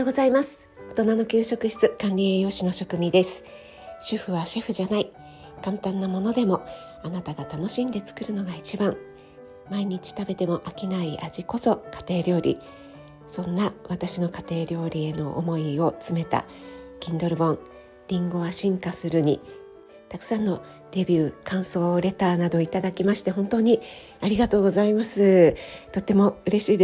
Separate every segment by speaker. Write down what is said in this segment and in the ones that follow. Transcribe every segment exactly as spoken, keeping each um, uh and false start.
Speaker 1: ございます。大人の給食室管理栄養士の食味です。主婦はシェフじゃない。簡単なものでもあなたが楽しんで作るのが一番。毎日食べても飽きない味こそ家庭料理。そんな私の家庭料理への思いを詰めた Kindle 本リンゴは進化するに、たくさんのレビュー、感想、レターなどいただきまして本当にありがとうございます。とっても嬉しいです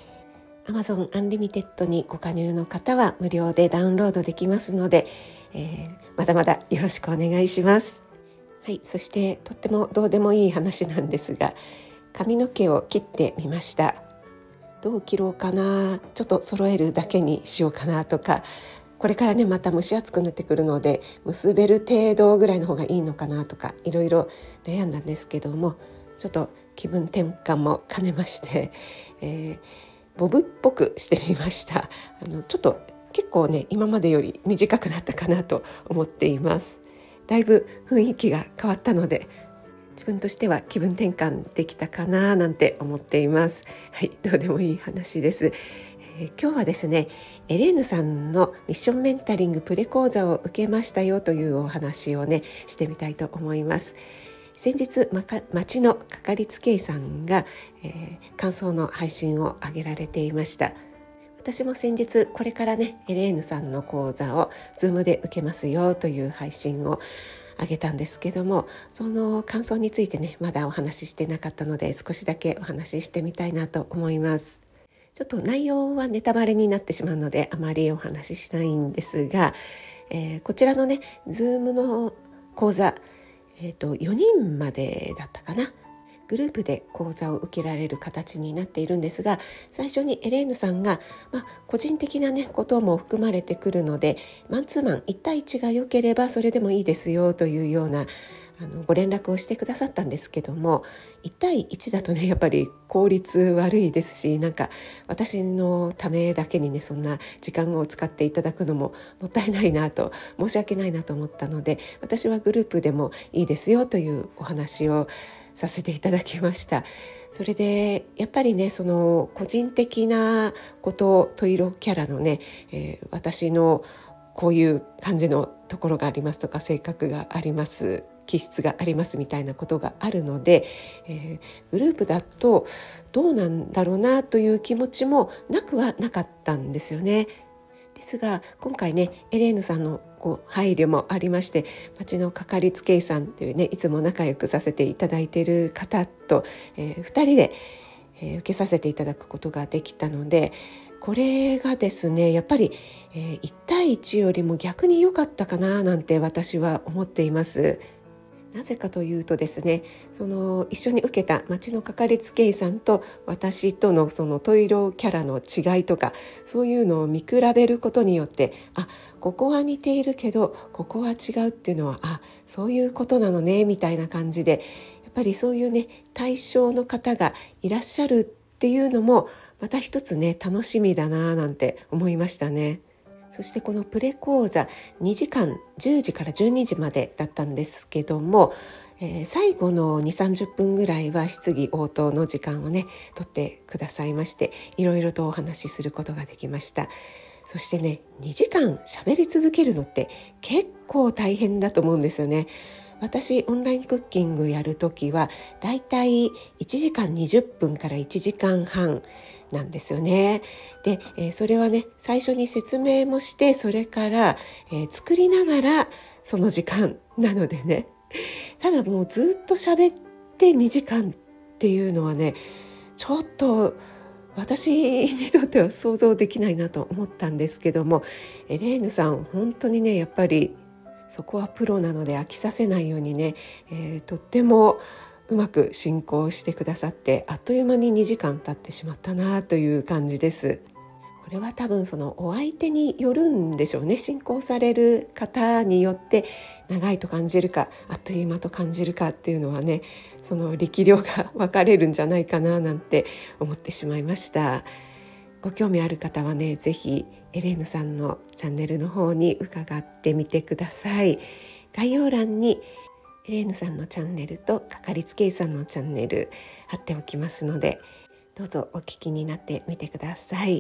Speaker 1: 。Amazon Unlimited にご加入の方は無料でダウンロードできますので、えー、まだまだよろしくお願いします。はい、そしてとってもどうでもいい話なんですが、髪の毛を切ってみました。どう切ろうかな、ちょっと揃えるだけにしようかなとか、これからねまた蒸し暑くなってくるので結べる程度ぐらいの方がいいのかなとかいろいろ悩んだんですけども、ちょっと気分転換も兼ねまして、えー、ボブっぽくしてみました。あのちょっと結構ね今までより短くなったかなと思っています。だいぶ雰囲気が変わったので自分としては気分転換できたかななんて思っています。はい、どうでもいい話です。えー、今日はですね、エレーヌさんのミッションメンタリングプレ講座を受けましたよというお話をねしてみたいと思います。先日、ま、町のかかりつけ医さんが、えー、感想の配信を上げられていました。私も先日これからねエレーヌさんの講座を Zoom で受けますよという配信をあげたんですけども、その感想についてねまだお話ししてなかったので少しだけお話ししてみたいなと思います。ちょっと内容はネタバレになってしまうのであまりお話ししないんですが、えー、こちらのね Zoom の講座、えーと、よにんまでだったかな、グループで講座を受けられる形になっているんですが、最初にエレーヌさんが、まあ、個人的な、ね、ことも含まれてくるのでマンツーマンいち対いちが良ければそれでもいいですよというようなあのご連絡をしてくださったんですけども、いち対いちだとねやっぱり効率悪いですし、なんか私のためだけにねそんな時間を使っていただくのももったいないなと、申し訳ないなと思ったので、私はグループでもいいですよというお話をさせていただきました。それでやっぱりねその個人的なことと色キャラのね、えー、私のこういう感じのところがありますとか性格があります、気質がありますみたいなことがあるので、えー、グループだとどうなんだろうなという気持ちもなくはなかったんですよね。ですが今回ねエレーヌさんのこう配慮もありまして、町のかかりつけ医さんというねいつも仲良くさせていただいている方と、えー、ふたりで、えー、受けさせていただくことができたので、これがですねやっぱり、えー、いち対いちよりも逆に良かったかななんて私は思っています。なぜかというとですね、その一緒に受けた町のかかりつけ医さんと私とのそのトイロキャラの違いとか、そういうのを見比べることによって、あ、ここは似ているけどここは違うっていうのは、あ、そういうことなのねみたいな感じで、やっぱりそういうね対象の方がいらっしゃるっていうのもまた一つね楽しみだななんて思いましたね。そしてこのプレ講座にじかんじゅうじからじゅうにじまでだったんですけども、えー、最後のにじゅうさんじゅっぷんぐらいは質疑応答の時間をね取ってくださいまして、いろいろとお話しすることができました。そしてねにじかん喋り続けるのって結構大変だと思うんですよね。私オンラインクッキングやるときはだいたいいちじかんにじゅっぷんからいちじかんはんなんですよね。で、えー、それはね最初に説明もして、それから、えー、作りながらその時間なのでね、ただもうずっと喋ってにじかんっていうのはねちょっと私にとっては想像できないなと思ったんですけども、エレーヌさん本当にねやっぱりそこはプロなので飽きさせないようにね、えー、とってもうまく進行してくださって、あっという間ににじかん経ってしまったなという感じです。これは多分そのお相手によるんでしょうね。進行される方によって長いと感じるかあっという間と感じるかっていうのはね、その力量が分かれるんじゃないかななんて思ってしまいました。ご興味ある方はねぜひエレーヌさんのチャンネルの方に伺ってみてください。概要欄にエレーヌさんのチャンネルとかかりつけ医さんのチャンネル貼っておきますので、どうぞお聞きになってみてください。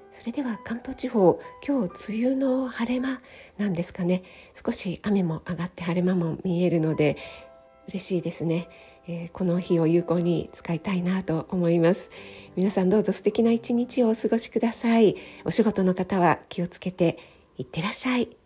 Speaker 1: それでは関東地方、今日梅雨の晴れ間なんですかね。少し雨も上がって晴れ間も見えるので嬉しいですね。えー、この日を有効に使いたいなと思います。皆さんどうぞ素敵な一日をお過ごしください。お仕事の方は気をつけていってらっしゃい。